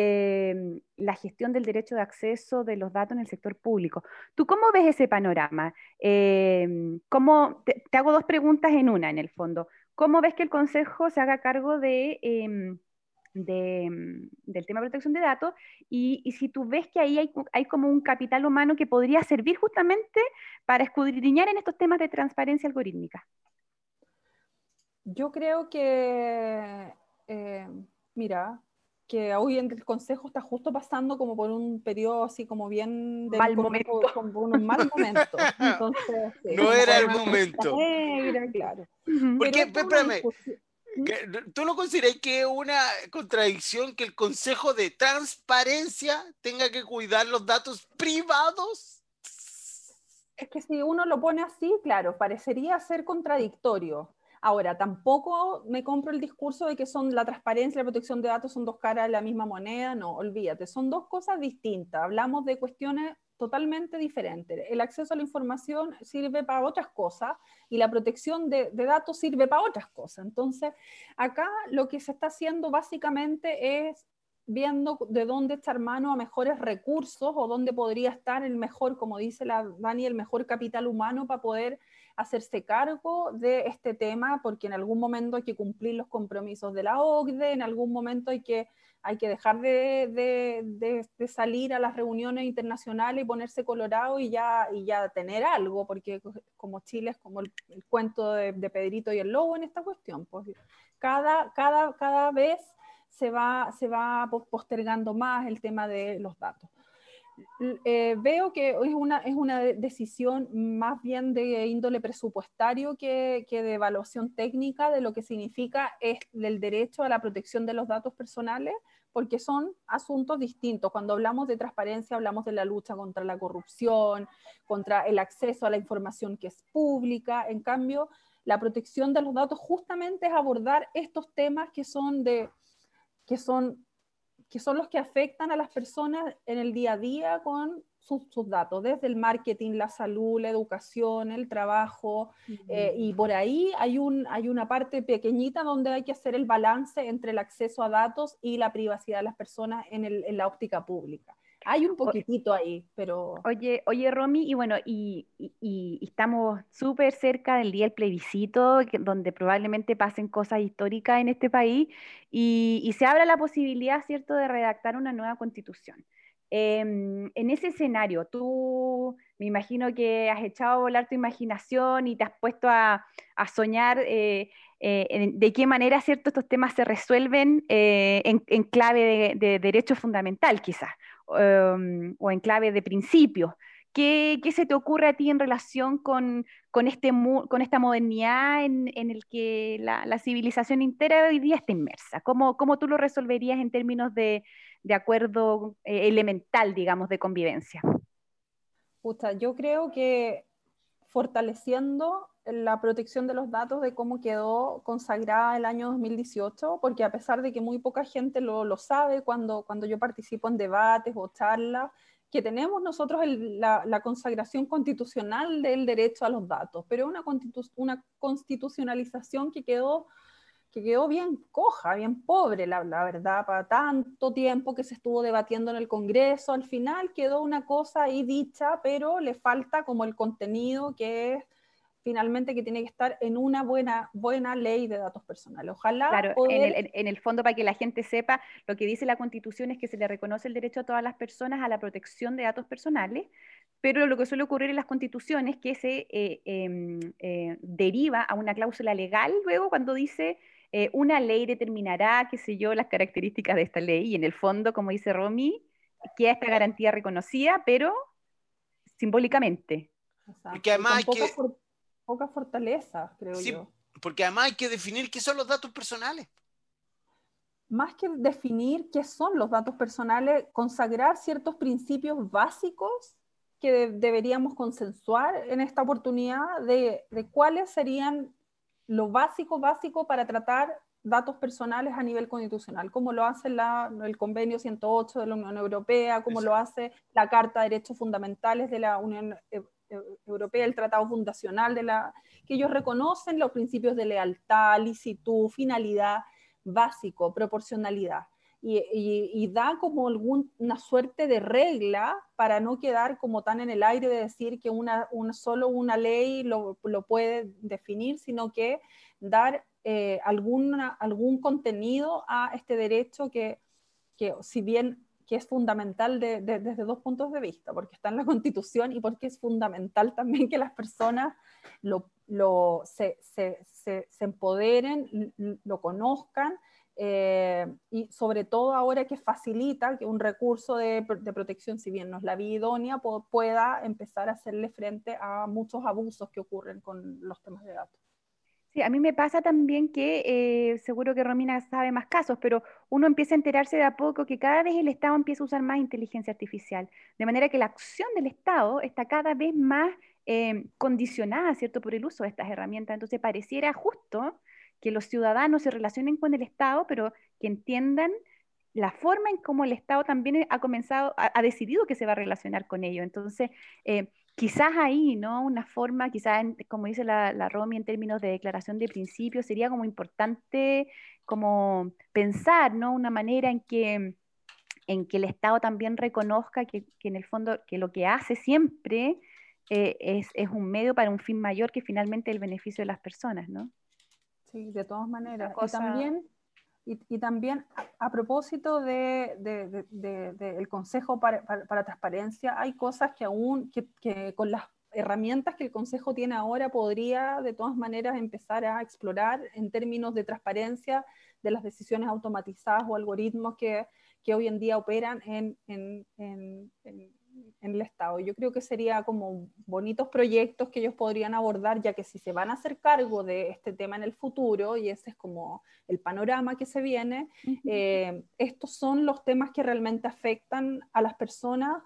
eh, la gestión del derecho de acceso de los datos en el sector público. ¿Tú cómo ves ese panorama? Eh, ¿cómo, te, te hago dos preguntas en una, en el fondo. ¿Cómo ves que el Consejo se haga cargo de... Eh, De, del tema de protección de datos y, y si tú ves que ahí hay, hay como un capital humano que podría servir justamente para escudriñar en estos temas de transparencia algorítmica? Yo creo que, eh, mira, que hoy en el Consejo está justo pasando como por un periodo así como bien, de, Mal con, momento. con unos mal momentos. Entonces, sí, No como era con el una lista momento. negra, claro. Uh-huh. ¿Por Pero qué? esta es una Espérame. discusión. ¿Mm? ¿Tú no consideras que es una contradicción que el Consejo de Transparencia tenga que cuidar los datos privados? Es que si uno lo pone así, claro, parecería ser contradictorio. Ahora, tampoco me compro el discurso de que son la transparencia y la protección de datos son dos caras de la misma moneda. No, olvídate, son dos cosas distintas. Hablamos de cuestiones totalmente diferentes. El acceso a la información sirve para otras cosas y la protección de, de datos sirve para otras cosas. Entonces, acá lo que se está haciendo básicamente es viendo de dónde echar mano a mejores recursos o dónde podría estar el mejor, como dice la Dani, el mejor capital humano para poder hacerse cargo de este tema, porque en algún momento hay que cumplir los compromisos de la O C D E, en algún momento hay que, hay que dejar de, de, de, de salir a las reuniones internacionales y ponerse colorado y ya, y ya tener algo, porque como Chile es como el, el cuento de, de Pedrito y el Lobo en esta cuestión, pues cada, cada, cada vez se va, se va postergando más el tema de los datos. Eh, veo que es una, es una decisión más bien de índole presupuestario que, que de evaluación técnica de lo que significa es el derecho a la protección de los datos personales, porque son asuntos distintos. Cuando hablamos de transparencia, hablamos de la lucha contra la corrupción, contra el acceso a la información que es pública. En cambio, la protección de los datos justamente es abordar estos temas que son de... que son que son los que afectan a las personas en el día a día con sus, sus datos, desde el marketing, la salud, la educación, el trabajo, eh, y por ahí hay, un, hay una parte pequeñita donde hay que hacer el balance entre el acceso a datos y la privacidad de las personas en, el, en la óptica pública. Hay un poquitito ahí, pero... Oye, oye, Romy, y bueno, y, y, y estamos súper cerca del día del plebiscito, que- donde probablemente pasen cosas históricas en este país, y, y se abra la posibilidad, ¿cierto?, de redactar una nueva constitución. Em, en ese escenario, tú me imagino que has echado a volar tu imaginación y te has puesto a, a soñar eh, eh, en- de qué manera, ¿cierto?, estos temas se resuelven eh, en, en clave de, de derecho fundamental, quizás um, o en clave de principios. ¿Qué, qué se te ocurre a ti en relación con, con, este, con esta modernidad en, en el que la, la civilización entera hoy día está inmersa? ¿Cómo, cómo tú lo resolverías en términos de, de acuerdo eh, elemental, digamos, de convivencia? Pucha, yo creo que fortaleciendo la protección de los datos de cómo quedó consagrada el año dos mil dieciocho, porque a pesar de que muy poca gente lo, lo sabe cuando, cuando yo participo en debates o charlas, que tenemos nosotros el, la, la, consagración constitucional del derecho a los datos, pero una, constitu una constitucionalización que quedó que quedó bien coja, bien pobre, la, la verdad, para tanto tiempo que se estuvo debatiendo en el Congreso, al final quedó una cosa ahí dicha, pero le falta como el contenido que es finalmente que tiene que estar en una buena, buena ley de datos personales. Ojalá Claro, en el, poder... en, en el fondo, para que la gente sepa, lo que dice la Constitución es que se le reconoce el derecho a todas las personas a la protección de datos personales, pero lo que suele ocurrir en las constituciones es que se eh, eh, eh, deriva a una cláusula legal luego cuando dice eh, una ley determinará, qué sé yo, las características de esta ley, y en el fondo, como dice Romy, queda esta garantía reconocida, pero simbólicamente. Porque Exacto, y además con hay poca, que, for, poca fortaleza, creo sí, yo. porque además hay que definir qué son los datos personales. Más que definir qué son los datos personales, consagrar ciertos principios básicos que de, deberíamos consensuar en esta oportunidad de, de cuáles serían lo básico, básico para tratar datos personales a nivel constitucional, como lo hace la, el convenio ciento ocho de la Unión Europea, como lo hace la Carta de Derechos Fundamentales de la Unión Europea, el Tratado Fundacional de la, que ellos reconocen los principios de lealtad, licitud, finalidad, básico, proporcionalidad. Y, y, y da como algún, una suerte de regla para no quedar como tan en el aire de decir que una, una, solo una ley lo, lo puede definir, sino que dar eh, alguna, algún contenido a este derecho que, que si bien que es fundamental de, de, desde dos puntos de vista, porque está en la Constitución y porque es fundamental también que las personas lo, lo, se, se, se, se empoderen, lo conozcan, eh, y sobre todo ahora que facilita que un recurso de, de protección, si bien no es la vía idónea, pueda empezar a hacerle frente a muchos abusos que ocurren con los temas de datos. Sí, a mí me pasa también que, eh, seguro que Romina sabe más casos, pero uno empieza a enterarse de a poco que cada vez el Estado empieza a usar más inteligencia artificial, de manera que la acción del Estado está cada vez más eh, condicionada, ¿cierto?, por el uso de estas herramientas. Entonces pareciera justo que los ciudadanos se relacionen con el Estado, pero que entiendan la forma en cómo el Estado también ha comenzado, ha, ha decidido que se va a relacionar con ellos. Entonces, eh, quizás ahí, ¿no? Una forma, quizás, en- como dice la, la Romy, en términos de declaración de principios, sería como importante como pensar, ¿no? Una manera en que en que el Estado también reconozca que, que en el fondo que lo que hace siempre eh, es, es un medio para un fin mayor que finalmente el beneficio de las personas, ¿no? Sí, de todas maneras. Cosa... Y también, y, y también a, a propósito de, de, de, de, de el Consejo para, para, para Transparencia, hay cosas que aún, que, que con las herramientas que el Consejo tiene ahora podría de todas maneras empezar a explorar en términos de transparencia de las decisiones automatizadas o algoritmos que, que hoy en día operan en, en, en, en, en el Estado. Yo creo que sería como bonitos proyectos que ellos podrían abordar, ya que si se van a hacer cargo de este tema en el futuro, y ese es como el panorama que se viene, uh-huh. eh, estos son los temas que realmente afectan a las personas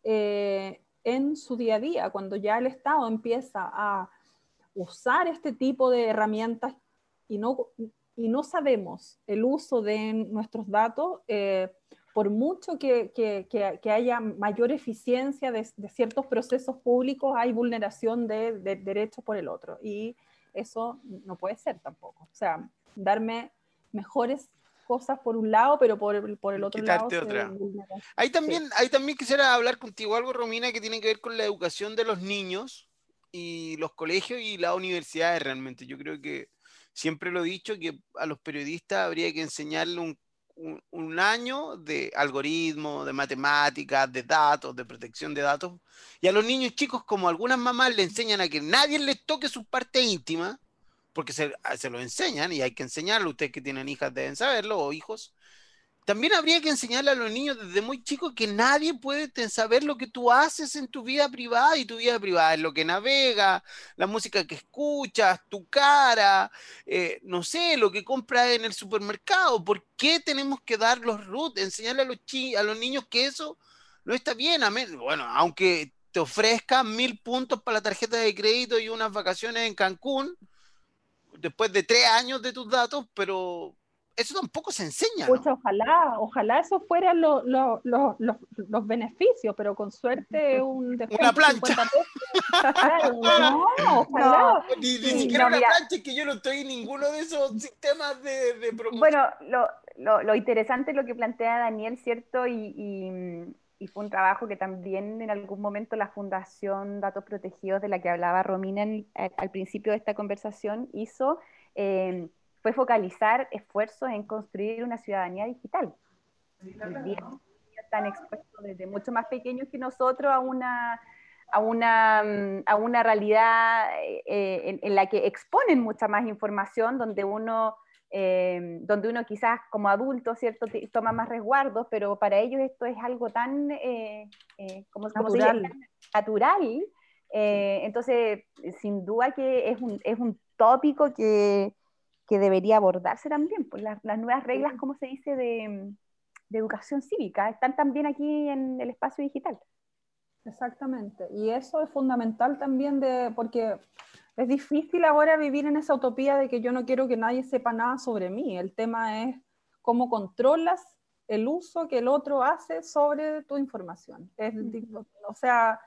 eh, en su día a día, cuando ya el Estado empieza a usar este tipo de herramientas y no, y no sabemos el uso de nuestros datos, eh, por mucho que, que, que, que haya mayor eficiencia de, de ciertos procesos públicos, hay vulneración de, de derechos por el otro, y eso no puede ser tampoco. O sea, darme mejores cosas por un lado, pero por, por el otro Quitarte lado otra. se vulnera. Ahí también, Sí. ahí también quisiera hablar contigo algo, Romina, que tiene que ver con la educación de los niños y los colegios y las universidades realmente. Yo creo que siempre lo he dicho, que a los periodistas habría que enseñarle un, un, un año de algoritmos, de matemáticas, de datos, de protección de datos. Y a los niños chicos, como algunas mamás le enseñan a que nadie les toque sus partes íntimas, porque se, se lo enseñan y hay que enseñarlo. Ustedes que tienen hijas deben saberlo, o hijos. También habría que enseñarle a los niños desde muy chicos que nadie puede saber lo que tú haces en tu vida privada, y tu vida privada es lo que navega, la música que escuchas, tu cara, eh, no sé, lo que compras en el supermercado. ¿Por qué tenemos que dar los root? Enseñarle a los, chi a los niños que eso no está bien. Bueno, aunque te ofrezcan mil puntos para la tarjeta de crédito y unas vacaciones en Cancún, después de tres años de tus datos, pero eso tampoco se enseña, ¿no? Pucha, ojalá, ojalá eso fueran lo, lo, lo, los, los beneficios, pero con suerte un descuento una plancha. cincuenta pesos. Claro, no, ojalá. No, ni, sí, ni siquiera no, una mira, plancha, es que yo no estoy en ninguno de esos sistemas de, de promoción. Bueno, lo, lo, lo interesante es lo que plantea Daniel, ¿cierto? Y, y, y fue un trabajo que también en algún momento la Fundación Datos Protegidos, de la que hablaba Romina en, al, al principio de esta conversación, hizo, eh, fue focalizar esfuerzos en construir una ciudadanía digital. Hoy día los niños están expuestos desde mucho más pequeños que nosotros a una, a una, a una realidad eh, en, en la que exponen mucha más información, donde uno... Eh, donde uno quizás como adulto, ¿cierto?, toma más resguardos, pero para ellos esto es algo tan, eh, eh, ¿cómo, ¿cómo se dice? Tan natural. Eh, sí. Entonces, sin duda que es un, es un tópico que, que debería abordarse también, pues las, las nuevas reglas, ¿cómo se dice?, de, de educación cívica, están también aquí en el espacio digital. Exactamente, y eso es fundamental también, de, porque es difícil ahora vivir en esa utopía de que yo no quiero que nadie sepa nada sobre mí. El tema es cómo controlas el uso que el otro hace sobre tu información. Es, uh-huh. O sea,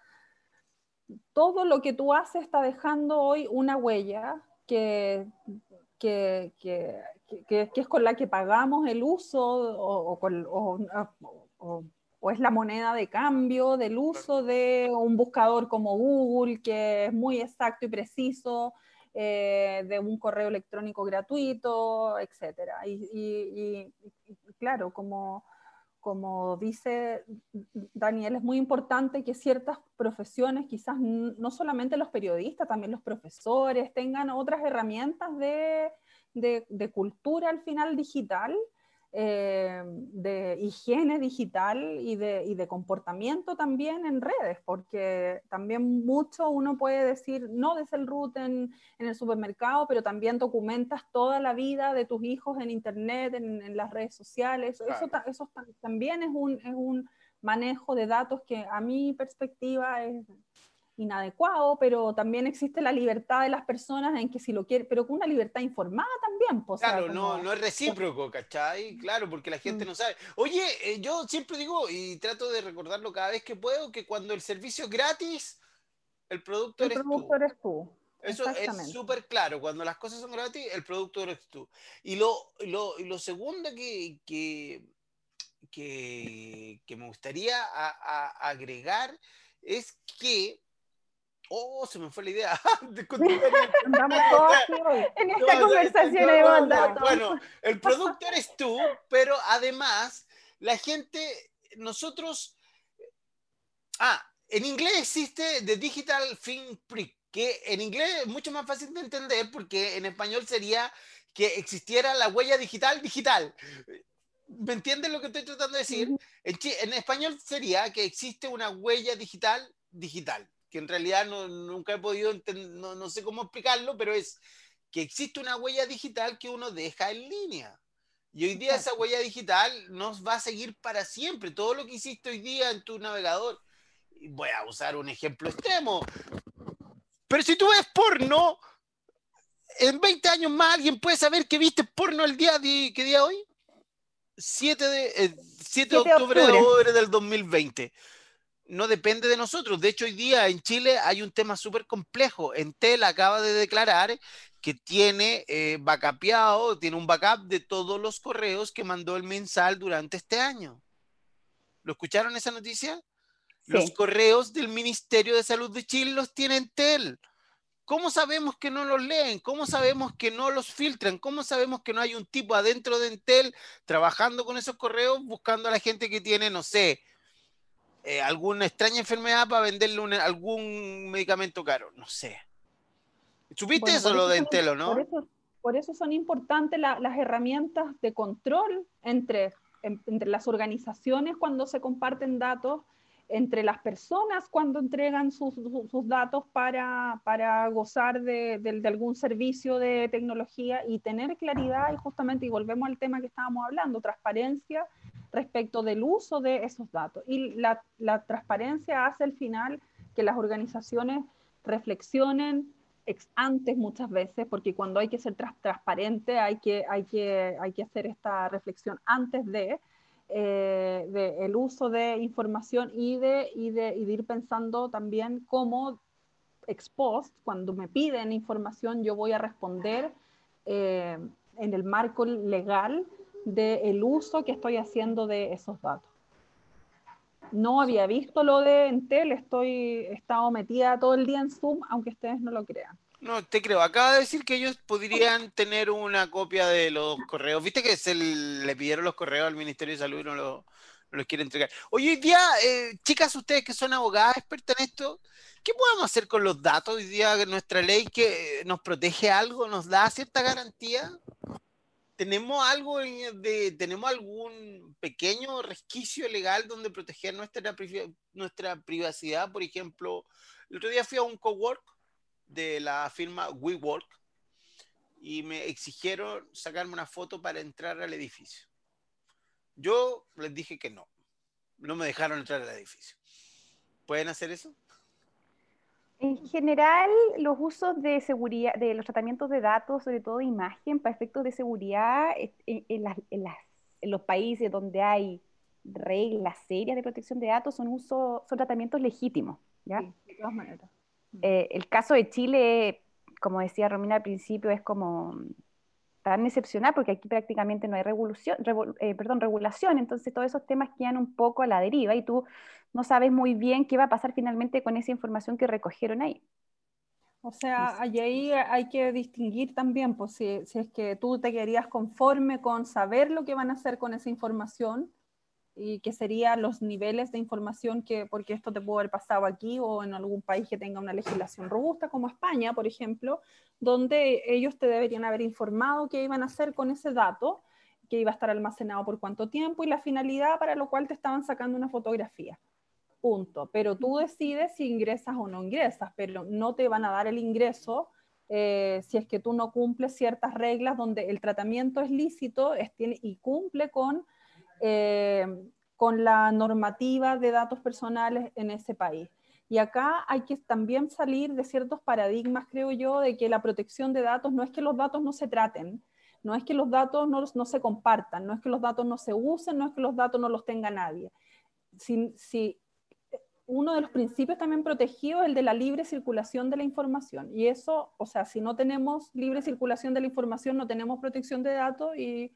todo lo que tú haces está dejando hoy una huella que, que, que, que, que es con la que pagamos el uso o, o, con, o, o o es la moneda de cambio del uso de un buscador como Google, que es muy exacto y preciso, eh, de un correo electrónico gratuito, etcétera. Y, y, y, y claro, como, como dice Daniel, es muy importante que ciertas profesiones, quizás no solamente los periodistas, también los profesores, tengan otras herramientas de, de, de cultura al final digital, Eh, de higiene digital y de, y de comportamiento también en redes, porque también mucho uno puede decir, no des el root en, en el supermercado, pero también documentas toda la vida de tus hijos en internet, en, en las redes sociales. Claro. Eso, eso también es un, es un manejo de datos que a mi perspectiva es inadecuado, pero también existe la libertad de las personas en que si lo quieren, pero con una libertad informada también. Pues, claro, o sea, como... no, no es recíproco, ¿cachai? Claro, porque la gente mm. no sabe. Oye, eh, yo siempre digo, y trato de recordarlo cada vez que puedo, que cuando el servicio es gratis, el producto el eres producto tú. eres tú. Eso es súper claro. Cuando las cosas son gratis, el producto eres tú. Y lo, lo, lo segundo que, que, que, que me gustaría a, a agregar es que... Oh, se me fue la idea. Andamos todos aquí hoy. En esta No, conversación no, hay no, no. datos. Bueno, el producto eres tú, pero además la gente, nosotros... Ah, en inglés existe The Digital Fingerprint, que en inglés es mucho más fácil de entender porque en español sería que existiera la huella digital digital. ¿Me entiendes lo que estoy tratando de decir? Ujú. En, en español sería que existe una huella digital digital, que en realidad no, nunca he podido entender, no, no sé cómo explicarlo, pero es que existe una huella digital que uno deja en línea. Y hoy día esa Exacto. huella digital nos va a seguir para siempre. Todo lo que hiciste hoy día en tu navegador, voy a usar un ejemplo extremo, pero si tú ves porno, en veinte años más alguien puede saber que viste porno el día de, ¿qué día hoy? siete de, eh, siete de octubre de del dos mil veinte. No depende de nosotros. De hecho, hoy día en Chile hay un tema súper complejo. Entel acaba de declarar que tiene eh, backupeado, tiene un backup de todos los correos que mandó el mensal durante este año. ¿Lo escucharon esa noticia? Sí. Los correos del Ministerio de Salud de Chile los tiene Entel. ¿Cómo sabemos que no los leen? ¿Cómo sabemos que no los filtran? ¿Cómo sabemos que no hay un tipo adentro de Entel trabajando con esos correos buscando a la gente que tiene, no sé, eh, alguna extraña enfermedad para venderle un, algún medicamento caro? No sé. ¿Supiste Bueno, eso por lo eso de son, Entel o por no? eso, por eso son importantes la, las herramientas de control entre, en, entre las organizaciones cuando se comparten datos, entre las personas cuando entregan sus, sus, sus datos para, para gozar de, de, de algún servicio de tecnología y tener claridad y justamente, y volvemos al tema que estábamos hablando, transparencia respecto del uso de esos datos. Y la, la transparencia hace al final que las organizaciones reflexionen ex antes muchas veces, porque cuando hay que ser tras transparente hay que, hay, que, hay que hacer esta reflexión antes de, eh, de el uso de información y de, y, de, y de ir pensando también cómo ex post, cuando me piden información, yo voy a responder eh, en el marco legal del uso que estoy haciendo de esos datos. No había visto lo de Entel, estoy, he estado metida todo el día en Zoom, aunque ustedes no lo crean. No, te creo. Acaba de decir que ellos podrían tener una copia de los correos. ¿Viste que se le pidieron los correos al Ministerio de Salud y no, lo, no los quiere entregar? Hoy, hoy día, eh, chicas, ustedes que son abogadas expertas en esto, ¿qué podemos hacer con los datos? Hoy día nuestra ley que nos protege algo, nos da cierta garantía. ¿Tenemos algo de, tenemos algún pequeño resquicio legal donde proteger nuestra, nuestra privacidad? Por ejemplo, el otro día fui a un cowork de la firma WeWork y me exigieron sacarme una foto para entrar al edificio. Yo les dije que no, no me dejaron entrar al edificio. ¿Pueden hacer eso? En general, los usos de seguridad, de los tratamientos de datos, sobre todo de imagen, para efectos de seguridad, en, en, las, en, las, en los países donde hay reglas serias de protección de datos, son, uso, son tratamientos legítimos, ¿ya? Sí, de todas maneras. Eh, el caso de Chile, como decía Romina al principio, es como tan excepcional porque aquí prácticamente no hay revolución, revol, eh, perdón, regulación, entonces todos esos temas quedan un poco a la deriva y tú no sabes muy bien qué va a pasar finalmente con esa información que recogieron ahí. O sea, ahí hay que distinguir también, pues si, si es que tú te quedarías conforme con saber lo que van a hacer con esa información y que serían los niveles de información que, porque esto te puede haber pasado aquí o en algún país que tenga una legislación robusta, como España, por ejemplo, donde ellos te deberían haber informado qué iban a hacer con ese dato, que iba a estar almacenado por cuánto tiempo y la finalidad para lo cual te estaban sacando una fotografía. Punto. Pero tú decides si ingresas o no ingresas, pero no te van a dar el ingreso eh, si es que tú no cumples ciertas reglas donde el tratamiento es lícito es, tiene, y cumple con Eh, con la normativa de datos personales en ese país. Y acá hay que también salir de ciertos paradigmas, creo yo, de que la protección de datos no es que los datos no se traten, no es que los datos no, no se compartan, no es que los datos no se usen, no es que los datos no los tenga nadie. Si, si uno de los principios también protegidos es el de la libre circulación de la información. Y eso, o sea, si no tenemos libre circulación de la información, no tenemos protección de datos y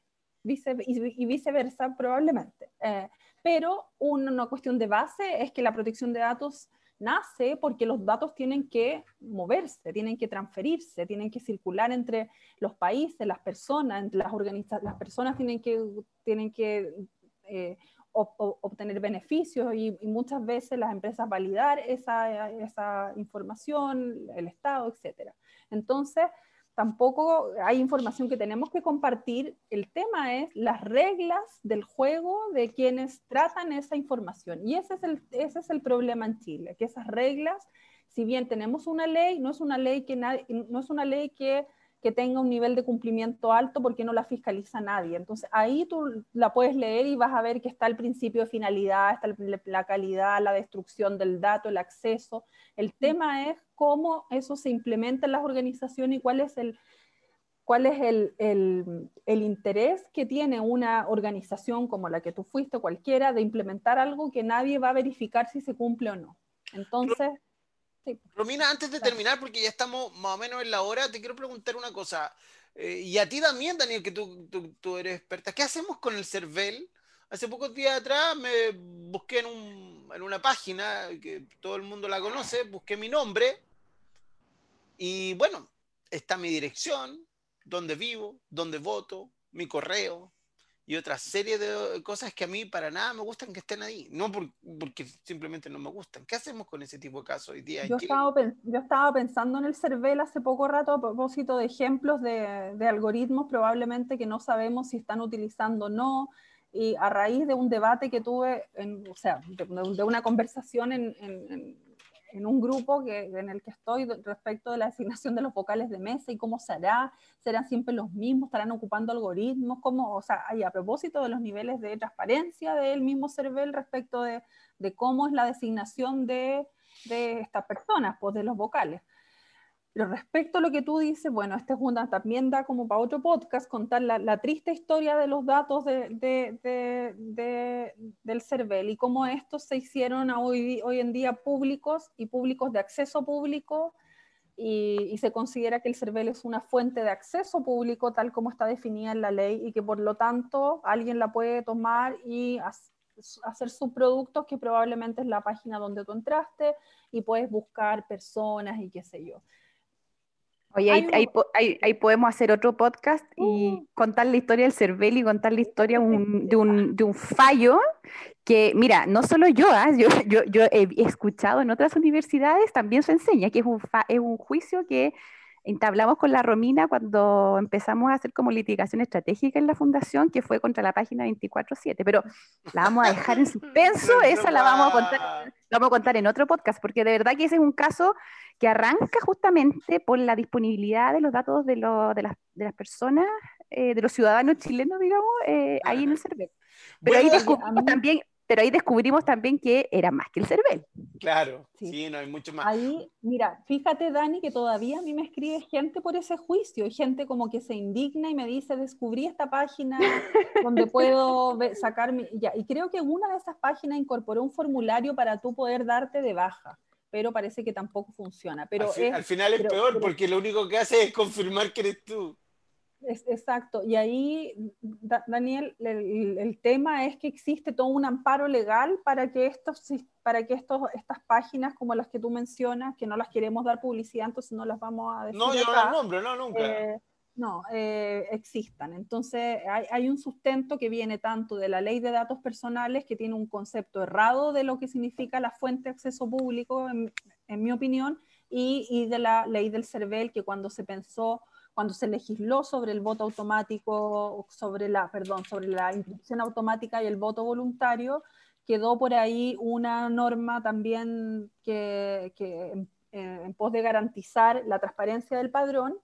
vice, y, y viceversa probablemente. Eh, pero una, una cuestión de base es que la protección de datos nace porque los datos tienen que moverse, tienen que transferirse, tienen que circular entre los países, las personas, entre las organizaciones, las personas tienen que, tienen que eh, obtener beneficios y, y muchas veces las empresas validar esa, esa información, el Estado, etcétera. Entonces, tampoco hay información que tenemos que compartir. El tema es las reglas del juego de quienes tratan esa información. Y ese es el, ese es el problema en Chile, que esas reglas, si bien tenemos una ley, no es una ley que, nadie, no es una ley que que tenga un nivel de cumplimiento alto porque no la fiscaliza nadie. Entonces ahí tú la puedes leer y vas a ver que está el principio de finalidad, está el, la calidad, la destrucción del dato, el acceso. El tema es cómo eso se implementa en las organizaciones y cuál es el, cuál es el, el, el interés que tiene una organización como la que tú fuiste, cualquiera, de implementar algo que nadie va a verificar si se cumple o no. Entonces... Sí. Romina, antes de terminar, porque ya estamos más o menos en la hora, te quiero preguntar una cosa. Eh, y a ti también, Daniel, que tú, tú, tú eres experta. ¿Qué hacemos con el CERVEL? Hace pocos días atrás me busqué en, un, en una página que todo el mundo la conoce, busqué mi nombre y bueno, está mi dirección, dónde vivo, dónde voto, mi correo y otra serie de cosas que a mí para nada me gustan que estén ahí, no por, porque simplemente no me gustan. ¿Qué hacemos con ese tipo de casos hoy día en yo Chile? Estaba, yo estaba pensando en el CERVEL hace poco rato a propósito de ejemplos de, de algoritmos probablemente que no sabemos si están utilizando o no, y a raíz de un debate que tuve, en, o sea, de, de una conversación en, en, en un grupo que, en el que estoy respecto de la asignación de los vocales de mesa y cómo se hará, serán siempre los mismos, estarán ocupando algoritmos, cómo, o sea, y a propósito de los niveles de transparencia del mismo CERVEL respecto de, de cómo es la designación de, de estas personas, pues de los vocales. Pero respecto a lo que tú dices, bueno, esta es una, también da como para otro podcast, contar la, la triste historia de los datos de, de, de, de, del CERVEL y cómo estos se hicieron hoy, hoy en día públicos y públicos de acceso público, y, y se considera que el CERVEL es una fuente de acceso público tal como está definida en la ley y que por lo tanto alguien la puede tomar y hacer subproductos que probablemente es la página donde tú entraste y puedes buscar personas y qué sé yo. Oye, ahí, ahí, ahí, ahí podemos hacer otro podcast y uh, contar la historia del CERVEL y contar la historia un, de, un, de un fallo que, mira, no solo yo, ¿eh? yo, yo, yo he escuchado en otras universidades, también se enseña que es un, fa, es un juicio que entablamos con la Romina cuando empezamos a hacer como litigación estratégica en la fundación, que fue contra la página veinticuatro siete, pero la vamos a dejar en suspenso, esa la vamos a contar, la vamos a contar en otro podcast, porque de verdad que ese es un caso que arranca justamente por la disponibilidad de los datos de, lo, de, las, de las personas, eh, de los ciudadanos chilenos, digamos, eh, ahí en el CERVEL. Pero, bueno, ahí descubrimos mí... también, pero ahí descubrimos también que era más que el CERVEL. Claro, sí. sí, no hay mucho más. Ahí, mira, fíjate, Dani, que todavía a mí me escribe gente por ese juicio, gente como que se indigna y me dice, descubrí esta página donde puedo ver, sacar mi... Ya, y creo que una de esas páginas incorporó un formulario para tú poder darte de baja, pero parece que tampoco funciona. Pero al, fi es, al final es pero, peor, pero, porque lo único que hace es confirmar que eres tú. Es, exacto, y ahí, da, Daniel, el, el tema es que existe todo un amparo legal para que, estos, para que estos, estas páginas como las que tú mencionas, que no las queremos dar publicidad, entonces no las vamos a decir No, yo acá, no las nombro, no, nunca. Eh, no, eh, existan. Entonces hay, hay un sustento que viene tanto de la ley de datos personales, que tiene un concepto errado de lo que significa la fuente de acceso público, en, en mi opinión, y, y de la ley del CERVEL, que cuando se pensó cuando se legisló sobre el voto automático, sobre la, perdón, sobre la inscripción automática y el voto voluntario, quedó por ahí una norma también que, que en, en pos de garantizar la transparencia del padrón,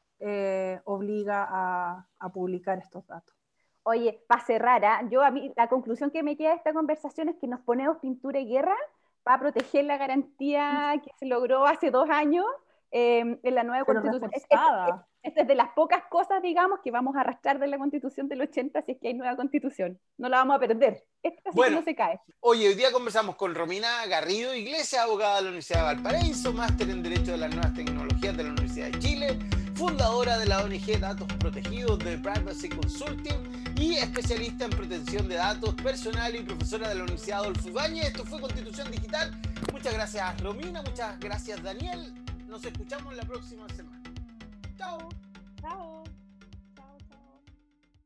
eh, obliga a, a publicar estos datos. Oye, para cerrar, ¿eh? yo a mí la conclusión que me queda de esta conversación es que nos ponemos pintura y guerra para proteger la garantía que se logró hace dos años eh, en la nueva Pero Constitución. Esta es, es de las pocas cosas, digamos, que vamos a arrastrar de la Constitución del ochenta si es que hay nueva Constitución. No la vamos a perder. Esta sí bueno, que no se cae. Oye, hoy día conversamos con Romina Garrido Iglesias, abogada de la Universidad de Valparaíso, máster en Derecho de las Nuevas Tecnologías de la Universidad de Chile, fundadora de la O N G Datos Protegidos de Privacy Consulting y especialista en protección de datos personal y profesora de la Universidad Adolfo Ibáñez. Esto fue Constitución Digital. Muchas gracias, Romina. Muchas gracias, Daniel. Nos escuchamos la próxima semana. Chao. Chao.